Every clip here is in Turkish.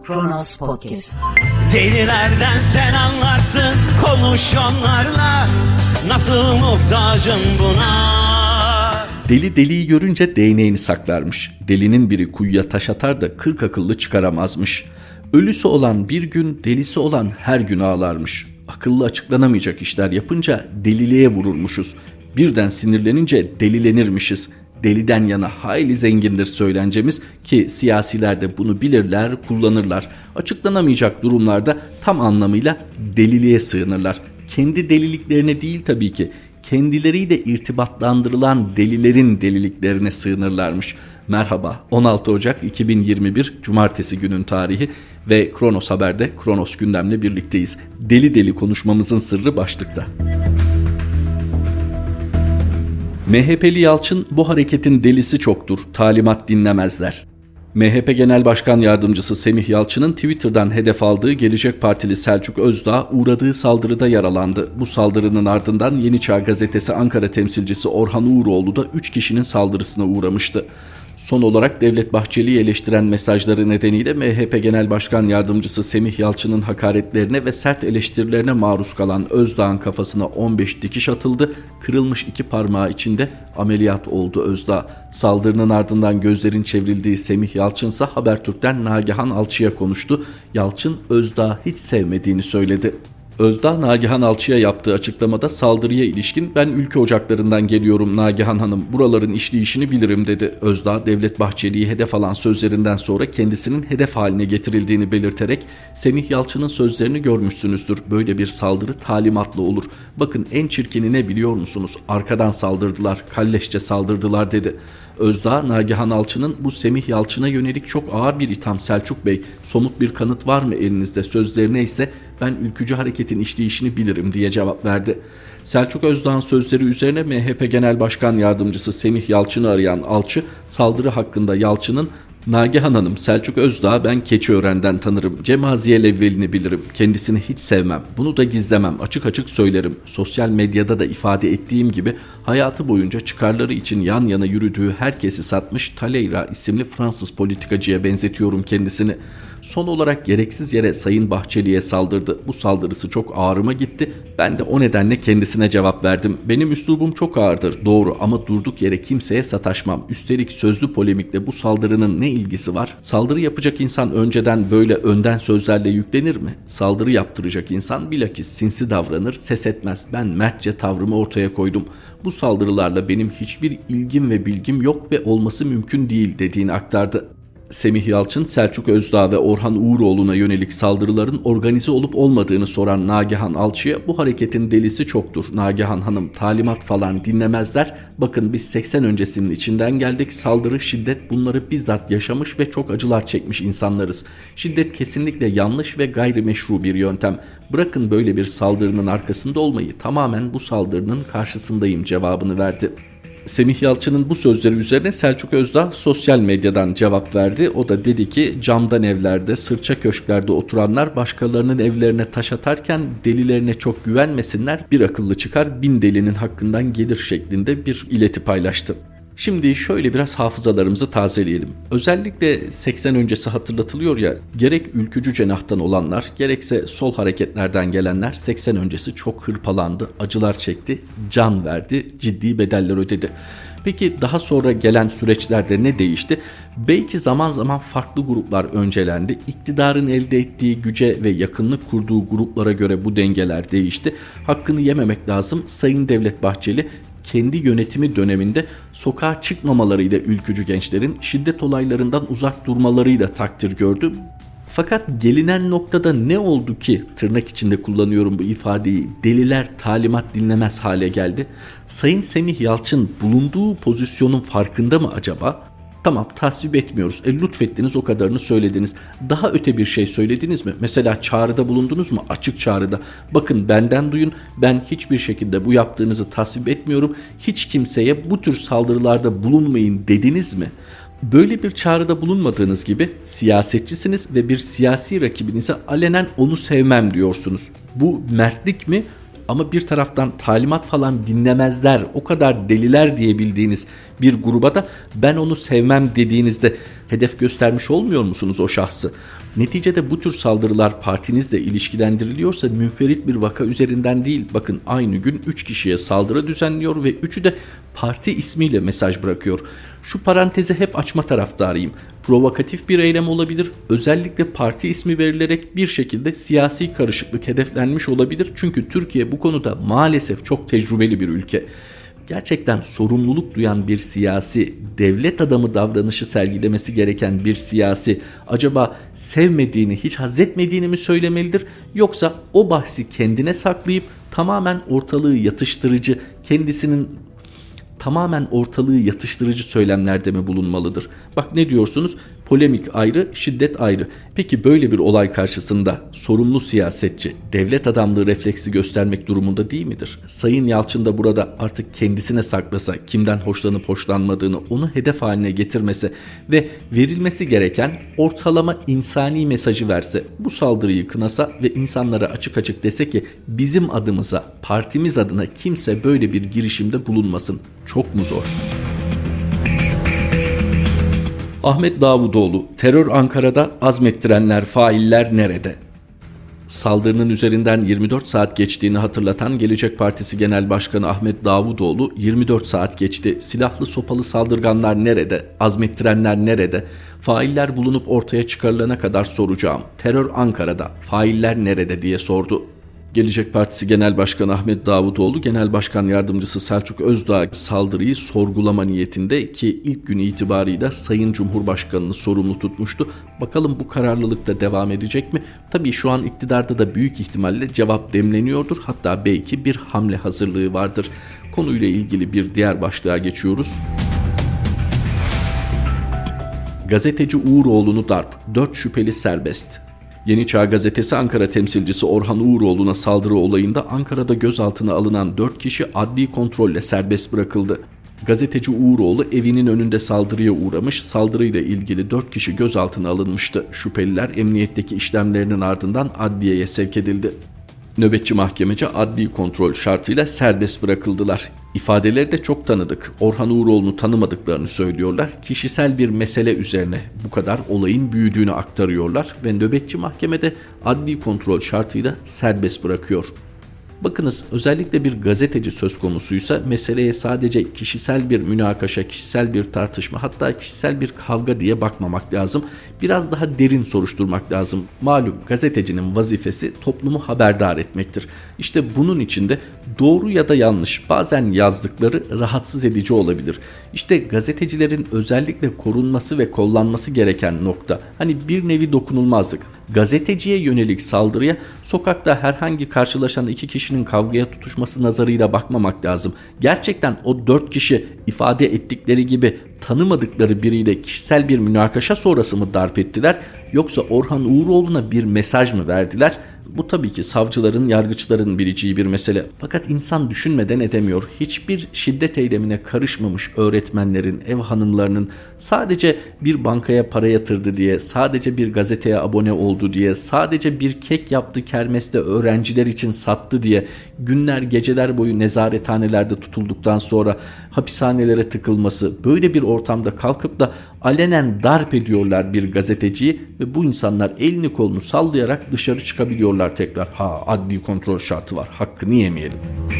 Kronos Podcast. Delilerden sen anlarsın, konuş onlarla, nasıl muhtacım buna. Deli deliyi görünce değneğini saklarmış. Delinin biri kuyuya taş atar da 40 akıllı çıkaramazmış. Ölüsü olan bir gün, delisi olan her gün ağlarmış. Akıllı açıklanamayacak işler yapınca deliliğe vururmuşuz. Birden sinirlenince delilenirmişiz. Deliden yana hayli zengindir söylencemiz ki siyasiler de bunu bilirler, kullanırlar. Açıklanamayacak durumlarda tam anlamıyla deliliğe sığınırlar. Kendi deliliklerine değil tabii ki, kendileriyle irtibatlandırılan delilerin deliliklerine sığınırlarmış. Merhaba, 16 Ocak 2021 Cumartesi günün tarihi ve Kronos Haber'de Kronos gündemle birlikteyiz. Deli deli konuşmamızın sırrı başlıkta. MHP'li Yalçın, bu hareketin delisi çoktur, talimat dinlemezler. MHP Genel Başkan Yardımcısı Semih Yalçın'ın Twitter'dan hedef aldığı Gelecek Partili Selçuk Özdağ uğradığı saldırıda yaralandı. Bu saldırının ardından Yeni Çağ Gazetesi Ankara temsilcisi Orhan Uğuroğlu da 3 kişinin saldırısına uğramıştı. Son olarak Devlet Bahçeli'yi eleştiren mesajları nedeniyle MHP Genel Başkan Yardımcısı Semih Yalçın'ın hakaretlerine ve sert eleştirilerine maruz kalan Özdağ'ın kafasına 15 dikiş atıldı. Kırılmış 2 parmağı içinde ameliyat oldu Özdağ. Saldırının ardından gözlerin çevrildiği Semih Yalçın ise Habertürk'ten Nagihan Alçı'ya konuştu. Yalçın Özdağ'ı hiç sevmediğini söyledi. Özdağ, Nagihan Alçı'ya yaptığı açıklamada saldırıya ilişkin "Ben ülke ocaklarından geliyorum Nagihan Hanım, buraların işleyişini bilirim" dedi. Özdağ, Devlet Bahçeli'yi hedef alan sözlerinden sonra kendisinin hedef haline getirildiğini belirterek "Semih Yalçın'ın sözlerini görmüşsünüzdür. Böyle bir saldırı talimatla olur. Bakın en çirkini ne biliyor musunuz? Arkadan saldırdılar, kalleşçe saldırdılar" dedi. Özdağ, Nagihan Alçı'nın "Bu Semih Yalçın'a yönelik çok ağır bir itham Selçuk Bey, somut bir kanıt var mı elinizde?" sözlerine ise "Ben ülkücü hareketin işleyişini bilirim" diye cevap verdi. Selçuk Özdağ'ın sözleri üzerine MHP Genel Başkan Yardımcısı Semih Yalçın'ı arayan Alçı, saldırı hakkında Yalçın'ın "Nagihan Hanım, Selçuk Özdağ'ı ben Keçiören'den tanırım. Cemaziyel evvelini bilirim. Kendisini hiç sevmem. Bunu da gizlemem. Açık açık söylerim. Sosyal medyada da ifade ettiğim gibi hayatı boyunca çıkarları için yan yana yürüdüğü herkesi satmış Talleyrand isimli Fransız politikacıya benzetiyorum kendisini. Son olarak gereksiz yere Sayın Bahçeli'ye saldırdı. Bu saldırısı çok ağrıma gitti. Ben de o nedenle kendisine cevap verdim. Benim üslubum çok ağırdır, doğru, ama durduk yere kimseye sataşmam. Üstelik sözlü polemikle bu saldırının ne ilgisi var? Saldırı yapacak insan önceden böyle önden sözlerle yüklenir mi? Saldırı yaptıracak insan bilakis sinsi davranır, ses etmez. Ben mertçe tavrımı ortaya koydum. Bu saldırılarla benim hiçbir ilgim ve bilgim yok ve olması mümkün değil dediğini aktardı. Semih Yalçın, Selçuk Özdağ ve Orhan Uğuroğlu'na yönelik saldırıların organize olup olmadığını soran Nagihan Alçı'ya "Bu hareketin delisi çoktur Nagihan Hanım, talimat falan dinlemezler. Bakın biz 80 öncesinin içinden geldik, saldırı, şiddet, bunları bizzat yaşamış ve çok acılar çekmiş insanlarız. Şiddet kesinlikle yanlış ve gayrimeşru bir yöntem. Bırakın böyle bir saldırının arkasında olmayı, tamamen bu saldırının karşısındayım" cevabını verdi. Semih Yalçın'ın bu sözleri üzerine Selçuk Özdağ sosyal medyadan cevap verdi. O da dedi ki "Camdan evlerde, sırça köşklerde oturanlar başkalarının evlerine taş atarken delilerine çok güvenmesinler. Bir akıllı çıkar 1000 delinin hakkından gelir" şeklinde bir ileti paylaştı. Şimdi şöyle biraz hafızalarımızı tazeleyelim. Özellikle 80 öncesi hatırlatılıyor ya, gerek ülkücü cenahtan olanlar gerekse sol hareketlerden gelenler 80 öncesi çok hırpalandı, acılar çekti, can verdi, ciddi bedeller ödedi. Peki daha sonra gelen süreçlerde ne değişti? Belki zaman zaman farklı gruplar öncelendi. İktidarın elde ettiği güce ve yakınlık kurduğu gruplara göre bu dengeler değişti. Hakkını yememek lazım. Sayın Devlet Bahçeli kendi yönetimi döneminde sokağa çıkmamalarıyla ülkücü gençlerin şiddet olaylarından uzak durmalarıyla takdir gördü. Fakat gelinen noktada ne oldu ki, tırnak içinde kullanıyorum bu ifadeyi, deliler talimat dinlemez hale geldi? Sayın Semih Yalçın bulunduğu pozisyonun farkında mı acaba? Tamam, tasvip etmiyoruz. Lütfettiniz, o kadarını söylediniz. Daha öte bir şey söylediniz mi? Mesela çağrıda bulundunuz mu? Açık çağrıda. Bakın benden duyun, ben hiçbir şekilde bu yaptığınızı tasvip etmiyorum. Hiç kimseye bu tür saldırılarda bulunmayın dediniz mi? Böyle bir çağrıda bulunmadığınız gibi siyasetçisiniz ve bir siyasi rakibinize alenen "onu sevmem" diyorsunuz. Bu mertlik mi? Ama bir taraftan talimat falan dinlemezler, o kadar deliler diyebildiğiniz bir gruba da "ben onu sevmem" dediğinizde hedef göstermiş olmuyor musunuz o şahsı? Neticede bu tür saldırılar partinizle ilişkilendiriliyorsa münferit bir vaka üzerinden değil. Bakın aynı gün 3 kişiye saldırı düzenliyor ve 3'ü de parti ismiyle mesaj bırakıyor. Şu parantezi hep açma taraftarıyım. Provokatif bir eylem olabilir. Özellikle parti ismi verilerek bir şekilde siyasi karışıklık hedeflenmiş olabilir. Çünkü Türkiye bu konuda maalesef çok tecrübeli bir ülke. Gerçekten sorumluluk duyan bir siyasi, devlet adamı davranışı sergilemesi gereken bir siyasi acaba sevmediğini, hiç haz etmediğini mi söylemelidir? Yoksa o bahsi kendine saklayıp tamamen ortalığı yatıştırıcı söylemlerde mi bulunmalıdır? Bak ne diyorsunuz? Polemik ayrı, şiddet ayrı. Peki böyle bir olay karşısında sorumlu siyasetçi devlet adamlığı refleksi göstermek durumunda değil midir? Sayın Yalçın da burada artık kendisine saklasa, kimden hoşlanıp hoşlanmadığını onu hedef haline getirmese ve verilmesi gereken ortalama insani mesajı verse, bu saldırıyı kınasa ve insanlara açık açık dese ki bizim adımıza, partimiz adına kimse böyle bir girişimde bulunmasın. Çok mu zor? Ahmet Davutoğlu, terör Ankara'da, azmettirenler, failler nerede? Saldırının üzerinden 24 saat geçtiğini hatırlatan Gelecek Partisi Genel Başkanı Ahmet Davutoğlu, 24 saat geçti, silahlı sopalı saldırganlar nerede, azmettirenler nerede, failler bulunup ortaya çıkarılana kadar soracağım, terör Ankara'da, failler nerede diye sordu. Gelecek Partisi Genel Başkanı Ahmet Davutoğlu, Genel Başkan Yardımcısı Selçuk Özdağ saldırıyı sorgulama niyetinde ki ilk gün itibarıyla Sayın Cumhurbaşkanı'nı sorumlu tutmuştu. Bakalım bu kararlılık da devam edecek mi? Tabii şu an iktidarda da büyük ihtimalle cevap demleniyordur. Hatta belki bir hamle hazırlığı vardır. Konuyla ilgili bir diğer başlığa geçiyoruz. Gazeteci Uğuroğlu'nu darp, 4 şüpheli serbest. Yeni Çağ Gazetesi Ankara temsilcisi Orhan Uğuroğlu'na saldırı olayında Ankara'da gözaltına alınan 4 kişi adli kontrolle serbest bırakıldı. Gazeteci Uğuroğlu evinin önünde saldırıya uğramış, saldırıyla ilgili 4 kişi gözaltına alınmıştı. Şüpheliler emniyetteki işlemlerinin ardından adliyeye sevk edildi. Nöbetçi mahkemece adli kontrol şartıyla serbest bırakıldılar. İfadeleri de çok tanıdık. Orhan Uğuroğlu'nu tanımadıklarını söylüyorlar. Kişisel bir mesele üzerine bu kadar olayın büyüdüğünü aktarıyorlar ve nöbetçi mahkemede adli kontrol şartıyla serbest bırakıyor. Bakınız, özellikle bir gazeteci söz konusuysa meseleye sadece kişisel bir münakaşa, kişisel bir tartışma, hatta kişisel bir kavga diye bakmamak lazım. Biraz daha derin soruşturmak lazım. Malum gazetecinin vazifesi toplumu haberdar etmektir. İşte bunun içinde doğru ya da yanlış, bazen yazdıkları rahatsız edici olabilir. İşte gazetecilerin özellikle korunması ve kollanması gereken nokta, hani bir nevi dokunulmazlık. Gazeteciye yönelik saldırıya sokakta herhangi karşılaşan 2 kişinin kavgaya tutuşması nazarıyla bakmamak lazım. Gerçekten o 4 kişi ifade ettikleri gibi tanımadıkları biriyle kişisel bir münakaşa sonrası mı darp ettiler, yoksa Orhan Uğuroğlu'na bir mesaj mı verdiler? Bu tabii ki savcıların, yargıçların bileceği bir mesele. Fakat insan düşünmeden edemiyor. Hiçbir şiddet eylemine karışmamış öğretmenlerin, ev hanımlarının sadece bir bankaya para yatırdı diye, sadece bir gazeteye abone oldu diye, sadece bir kek yaptı kermeste öğrenciler için sattı diye günler geceler boyu nezarethanelerde tutulduktan sonra hapishanelere tıkılması, böyle bir ortamda kalkıp da alenen darp ediyorlar bir gazeteciyi ve bu insanlar elini kolunu sallayarak dışarı çıkabiliyorlar tekrar. Adli kontrol şartı var, hakkını yemeyelim.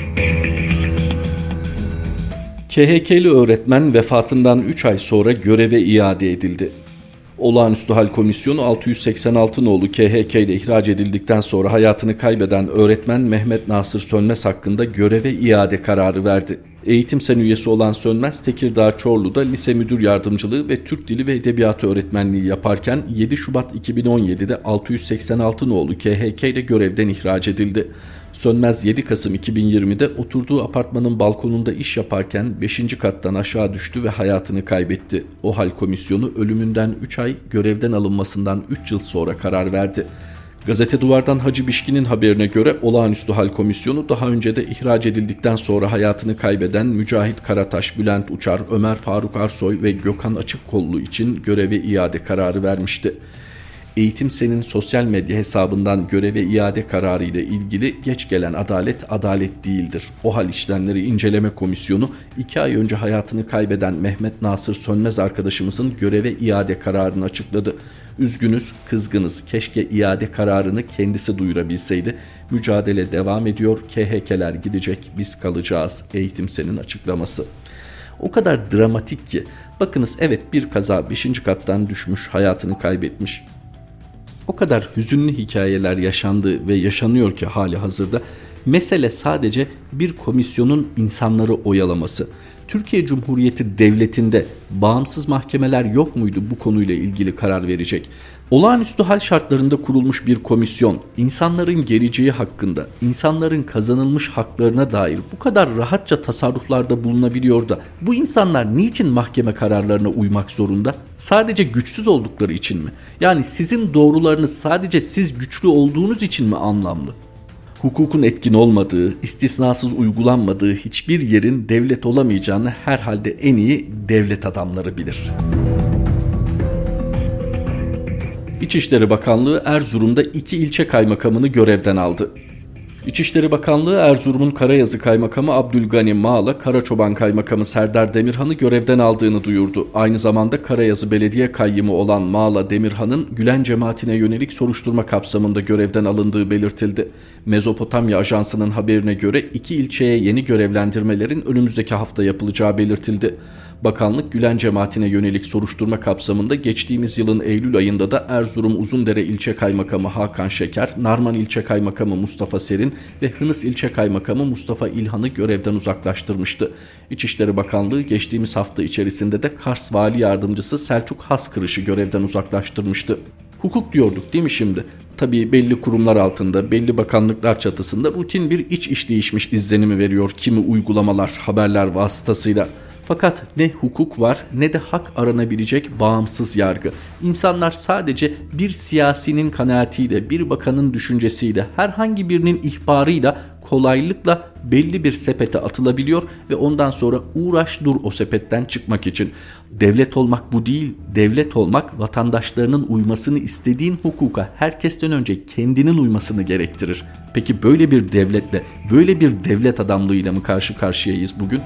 KHK'li öğretmen vefatından 3 ay sonra göreve iade edildi. Olağanüstü Hal Komisyonu 686 nolu KHK ile ihraç edildikten sonra hayatını kaybeden öğretmen Mehmet Nasır Sönmez hakkında göreve iade kararı verdi. Eğitim Sen üyesi olan Sönmez, Tekirdağ Çorlu'da lise müdür yardımcılığı ve Türk Dili ve Edebiyatı öğretmenliği yaparken 7 Şubat 2017'de 686 nolu KHK ile görevden ihraç edildi. Sönmez 7 Kasım 2020'de oturduğu apartmanın balkonunda iş yaparken 5. kattan aşağı düştü ve hayatını kaybetti. O Hal Komisyonu ölümünden 3 ay, görevden alınmasından 3 yıl sonra karar verdi. Gazete Duvar'dan Hacı Bişkin'in haberine göre Olağanüstü Hal Komisyonu daha önce de ihraç edildikten sonra hayatını kaybeden Mücahit Karataş, Bülent Uçar, Ömer Faruk Arsoy ve Gökhan Açıkkollu için göreve iade kararı vermişti. Eğitim Sen'in sosyal medya hesabından göreve iade kararı ile ilgili geç gelen adalet değildir. O Hal İşlemleri İnceleme Komisyonu 2 ay önce hayatını kaybeden Mehmet Nasır Sönmez arkadaşımızın göreve iade kararını açıkladı. Üzgünüz, kızgınız. Keşke iade kararını kendisi duyurabilseydi. Mücadele devam ediyor. KHK'ler gidecek, biz kalacağız. Eğitimsel'in açıklaması. O kadar dramatik ki. Bakınız, evet, bir kaza 5. kattan düşmüş, hayatını kaybetmiş. O kadar hüzünlü hikayeler yaşandı ve yaşanıyor ki hali hazırda. Mesele sadece bir komisyonun insanları oyalaması. Türkiye Cumhuriyeti Devleti'nde bağımsız mahkemeler yok muydu bu konuyla ilgili karar verecek? Olağanüstü hal şartlarında kurulmuş bir komisyon, insanların geleceği hakkında, insanların kazanılmış haklarına dair bu kadar rahatça tasarruflarda bulunabiliyor da bu insanlar niçin mahkeme kararlarına uymak zorunda? Sadece güçsüz oldukları için mi? Yani sizin doğrularınız sadece siz güçlü olduğunuz için mi anlamlı? Hukukun etkin olmadığı, istisnasız uygulanmadığı hiçbir yerin devlet olamayacağını herhalde en iyi devlet adamları bilir. İçişleri Bakanlığı Erzurum'da 2 ilçe kaymakamını görevden aldı. İçişleri Bakanlığı Erzurum'un Karayazı Kaymakamı Abdülgani Mağla, Karaçoban Kaymakamı Serdar Demirhan'ı görevden aldığını duyurdu. Aynı zamanda Karayazı Belediye Kayyımı olan Mağla Demirhan'ın Gülen cemaatine yönelik soruşturma kapsamında görevden alındığı belirtildi. Mezopotamya Ajansı'nın haberine göre 2 ilçeye yeni görevlendirmelerin önümüzdeki hafta yapılacağı belirtildi. Bakanlık Gülen cemaatine yönelik soruşturma kapsamında geçtiğimiz yılın Eylül ayında da Erzurum Uzundere İlçe Kaymakamı Hakan Şeker, Narman İlçe Kaymakamı Mustafa Serin ve Hınıs İlçe Kaymakamı Mustafa İlhan'ı görevden uzaklaştırmıştı. İçişleri Bakanlığı geçtiğimiz hafta içerisinde de Kars Vali Yardımcısı Selçuk Haskırış'ı görevden uzaklaştırmıştı. Hukuk diyorduk değil mi şimdi? Tabii belli kurumlar altında, belli bakanlıklar çatısında rutin bir iç işleyişmiş izlenimi veriyor kimi uygulamalar, haberler vasıtasıyla. Fakat ne hukuk var ne de hak aranabilecek bağımsız yargı. İnsanlar sadece bir siyasinin kanaatiyle, bir bakanın düşüncesiyle, herhangi birinin ihbarıyla kolaylıkla belli bir sepete atılabiliyor ve ondan sonra uğraş dur o sepetten çıkmak için. Devlet olmak bu değil, devlet olmak vatandaşlarının uymasını istediğin hukuka herkesten önce kendinin uymasını gerektirir. Peki böyle bir devletle, böyle bir devlet adamlığıyla mı karşı karşıyayız bugün?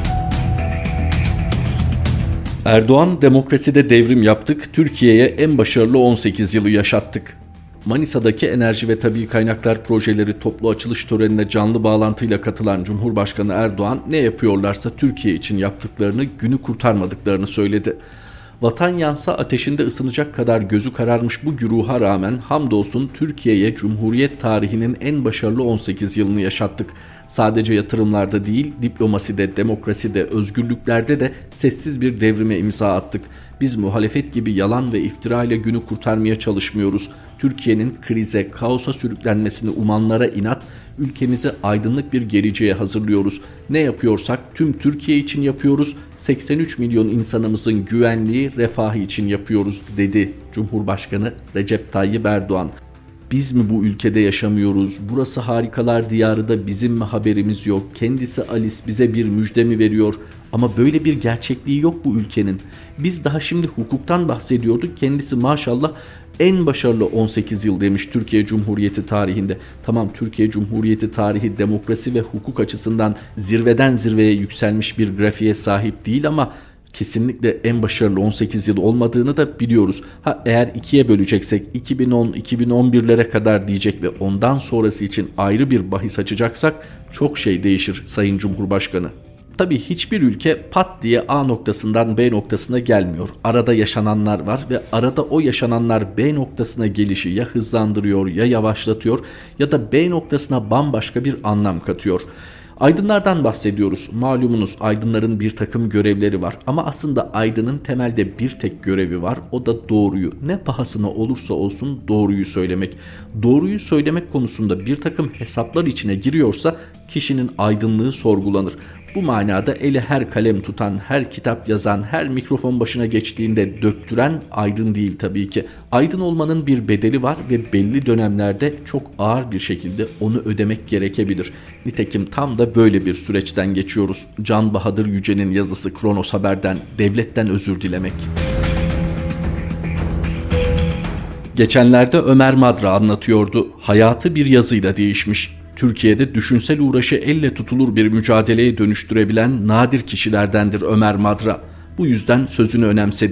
Erdoğan, demokraside devrim yaptık, Türkiye'ye en başarılı 18 yılı yaşattık. Manisa'daki enerji ve tabii kaynaklar projeleri toplu açılış törenine canlı bağlantıyla katılan Cumhurbaşkanı Erdoğan, ne yapıyorlarsa Türkiye için yaptıklarını, günü kurtarmadıklarını söyledi. Vatan yansa ateşinde ısınacak kadar gözü kararmış bu güruha rağmen hamdolsun Türkiye'ye Cumhuriyet tarihinin en başarılı 18 yılını yaşattık. Sadece yatırımlarda değil, diplomaside, demokraside, özgürlüklerde de sessiz bir devrime imza attık. Biz muhalefet gibi yalan ve iftira ile günü kurtarmaya çalışmıyoruz. Türkiye'nin krize, kaosa sürüklenmesini umanlara inat, ülkemizi aydınlık bir geleceğe hazırlıyoruz. Ne yapıyorsak tüm Türkiye için yapıyoruz, 83 milyon insanımızın güvenliği, refahı için yapıyoruz, dedi Cumhurbaşkanı Recep Tayyip Erdoğan. Biz mi bu ülkede yaşamıyoruz? Burası harikalar diyarı da bizim mi haberimiz yok? Kendisi Alice bize bir müjde mi veriyor? Ama böyle bir gerçekliği yok bu ülkenin. Biz daha şimdi hukuktan bahsediyorduk. Kendisi maşallah en başarılı 18 yıl demiş Türkiye Cumhuriyeti tarihinde. Tamam, Türkiye Cumhuriyeti tarihi demokrasi ve hukuk açısından zirveden zirveye yükselmiş bir grafiğe sahip değil ama kesinlikle en başarılı 18 yıl olmadığını da biliyoruz. Eğer ikiye böleceksek 2010-2011'lere kadar diyecek ve ondan sonrası için ayrı bir bahis açacaksak çok şey değişir Sayın Cumhurbaşkanı. Tabii hiçbir ülke pat diye A noktasından B noktasına gelmiyor. Arada yaşananlar var ve arada o yaşananlar B noktasına gelişi ya hızlandırıyor ya yavaşlatıyor ya da B noktasına bambaşka bir anlam katıyor. Aydınlardan bahsediyoruz. Malumunuz aydınların bir takım görevleri var ama aslında aydının temelde bir tek görevi var. O da doğruyu, ne pahasına olursa olsun doğruyu söylemek. Doğruyu söylemek konusunda bir takım hesaplar içine giriyorsa kişinin aydınlığı sorgulanır. Bu manada eli her kalem tutan, her kitap yazan, her mikrofon başına geçtiğinde döktüren aydın değil tabii ki. Aydın olmanın bir bedeli var ve belli dönemlerde çok ağır bir şekilde onu ödemek gerekebilir. Nitekim tam da böyle bir süreçten geçiyoruz. Can Bahadır Yüce'nin yazısı Kronos Haber'den, devletten özür dilemek. Geçenlerde Ömer Madra anlatıyordu. Hayatı bir yazıyla değişmiş. Türkiye'de düşünsel uğraşı elle tutulur bir mücadeleye dönüştürebilen nadir kişilerdendir Ömer Madra. Bu yüzden sözünü önemsedim.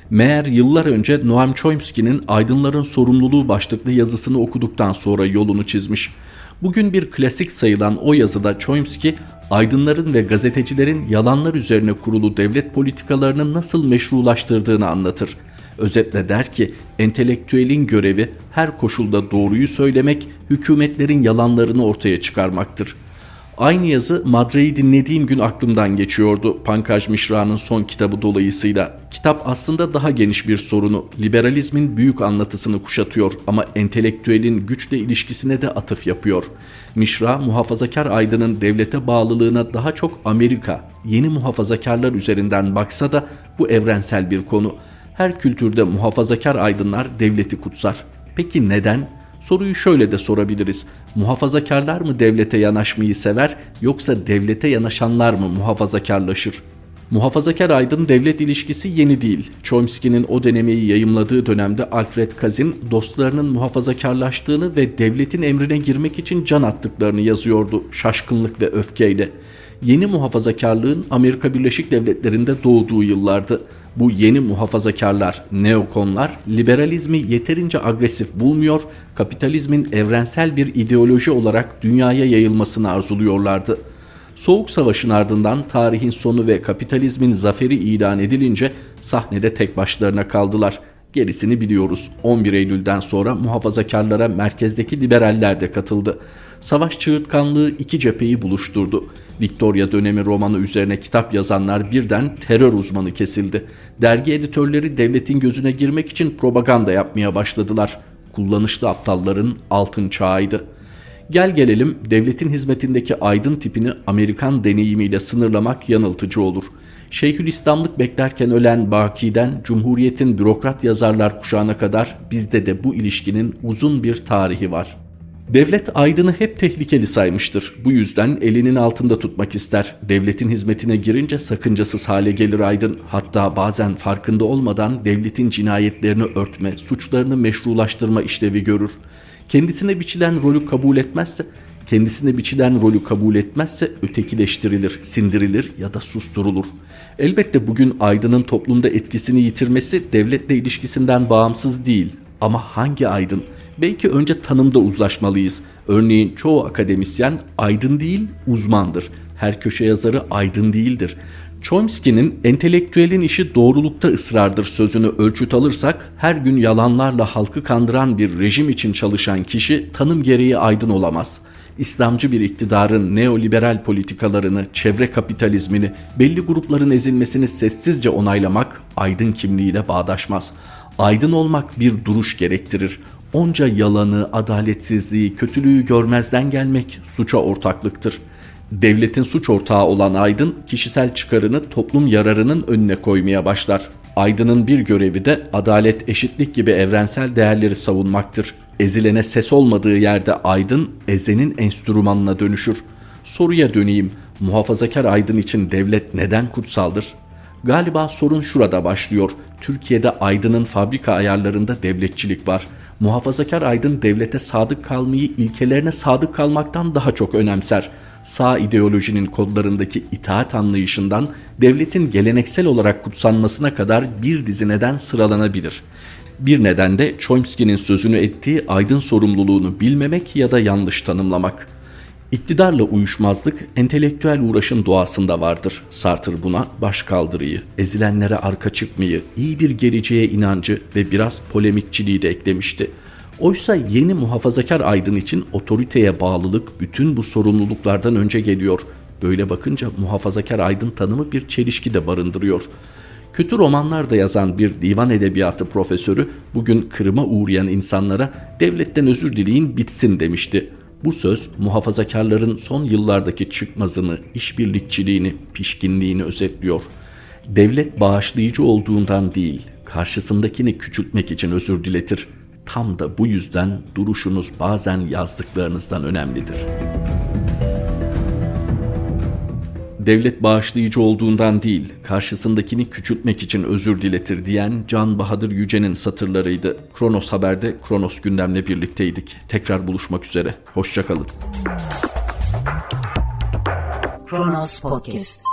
Meğer yıllar önce Noam Chomsky'nin Aydınların Sorumluluğu başlıklı yazısını okuduktan sonra yolunu çizmiş. Bugün bir klasik sayılan o yazıda Chomsky, aydınların ve gazetecilerin yalanlar üzerine kurulu devlet politikalarını nasıl meşrulaştırdığını anlatır. Özetle der ki, entelektüelin görevi her koşulda doğruyu söylemek, hükümetlerin yalanlarını ortaya çıkarmaktır. Aynı yazı Madre'yi dinlediğim gün aklımdan geçiyordu, Pankaj Mishra'nın son kitabı dolayısıyla. Kitap aslında daha geniş bir sorunu, liberalizmin büyük anlatısını kuşatıyor ama entelektüelin güçle ilişkisine de atıf yapıyor. Mishra, muhafazakar aydının devlete bağlılığına daha çok Amerika, yeni muhafazakarlar üzerinden baksa da bu evrensel bir konu. Her kültürde muhafazakar aydınlar devleti kutsar. Peki neden? Soruyu şöyle de sorabiliriz. Muhafazakarlar mı devlete yanaşmayı sever, yoksa devlete yanaşanlar mı muhafazakarlaşır? Muhafazakar aydın devlet ilişkisi yeni değil. Chomsky'nin o denemeyi yayımladığı dönemde Alfred Kazin dostlarının muhafazakarlaştığını ve devletin emrine girmek için can attıklarını yazıyordu şaşkınlık ve öfkeyle. Yeni muhafazakarlığın Amerika Birleşik Devletleri'nde doğduğu yıllardı. Bu yeni muhafazakarlar, neokonlar, liberalizmi yeterince agresif bulmuyor, kapitalizmin evrensel bir ideoloji olarak dünyaya yayılmasını arzuluyorlardı. Soğuk Savaş'ın ardından tarihin sonu ve kapitalizmin zaferi ilan edilince sahnede tek başlarına kaldılar. Gerisini biliyoruz. 11 Eylül'den sonra muhafazakarlara merkezdeki liberaller de katıldı. Savaş çığırtkanlığı iki cepheyi buluşturdu. Victoria dönemi romanı üzerine kitap yazanlar birden terör uzmanı kesildi. Dergi editörleri devletin gözüne girmek için propaganda yapmaya başladılar. Kullanışlı aptalların altın çağıydı. Gel gelelim, devletin hizmetindeki aydın tipini Amerikan deneyimiyle sınırlamak yanıltıcı olur. Şeyhülislamlık beklerken ölen Baki'den Cumhuriyet'in bürokrat yazarlar kuşağına kadar bizde de bu ilişkinin uzun bir tarihi var. Devlet aydını hep tehlikeli saymıştır. Bu yüzden elinin altında tutmak ister. Devletin hizmetine girince sakıncasız hale gelir aydın. Hatta bazen farkında olmadan devletin cinayetlerini örtme, suçlarını meşrulaştırma işlevi görür. Kendisine biçilen rolü kabul etmezse ötekileştirilir, sindirilir ya da susturulur. Elbette bugün aydının toplumda etkisini yitirmesi devletle ilişkisinden bağımsız değil. Ama hangi aydın? Belki önce tanımda uzlaşmalıyız. Örneğin çoğu akademisyen aydın değil, uzmandır. Her köşe yazarı aydın değildir. Chomsky'nin entelektüelin işi doğrulukta ısrardır sözünü ölçüt alırsak, her gün yalanlarla halkı kandıran bir rejim için çalışan kişi tanım gereği aydın olamaz. İslamcı bir iktidarın neoliberal politikalarını, çevre kapitalizmini, belli grupların ezilmesini sessizce onaylamak aydın kimliğiyle bağdaşmaz. Aydın olmak bir duruş gerektirir. Onca yalanı, adaletsizliği, kötülüğü görmezden gelmek suça ortaklıktır. Devletin suç ortağı olan aydın, kişisel çıkarını toplum yararının önüne koymaya başlar. Aydının bir görevi de adalet, eşitlik gibi evrensel değerleri savunmaktır. Ezilene ses olmadığı yerde aydın, ezenin enstrümanına dönüşür. Soruya döneyim, muhafazakar aydın için devlet neden kutsaldır? Galiba sorun şurada başlıyor. Türkiye'de aydının fabrika ayarlarında devletçilik var. Muhafazakar aydın devlete sadık kalmayı ilkelerine sadık kalmaktan daha çok önemser. Sağ ideolojinin kodlarındaki itaat anlayışından devletin geleneksel olarak kutsanmasına kadar bir dizi neden sıralanabilir. Bir neden de Chomsky'nin sözünü ettiği aydın sorumluluğunu bilmemek ya da yanlış tanımlamak. İktidarla uyuşmazlık entelektüel uğraşın doğasında vardır. Sartre buna başkaldırıyı, ezilenlere arka çıkmayı, iyi bir geleceğe inancı ve biraz polemikçiliği de eklemişti. Oysa yeni muhafazakar aydın için otoriteye bağlılık bütün bu sorumluluklardan önce geliyor. Böyle bakınca muhafazakar aydın tanımı bir çelişki de barındırıyor. Kötü romanlar da yazan bir divan edebiyatı profesörü bugün kırıma uğrayan insanlara devletten özür dileyin bitsin demişti. Bu söz muhafazakarların son yıllardaki çıkmazını, işbirlikçiliğini, pişkinliğini özetliyor. Devlet bağışlayıcı olduğundan değil, karşısındakini küçültmek için özür diletir. Tam da bu yüzden duruşunuz bazen yazdıklarınızdan önemlidir. Devlet bağışlayıcı olduğundan değil, karşısındakini küçültmek için özür diletir diyen Can Bahadır Yüce'nin satırlarıydı. Kronos Haber'de Kronos Gündem'le birlikteydik. Tekrar buluşmak üzere. Hoşça kalın. Kronos Podcast.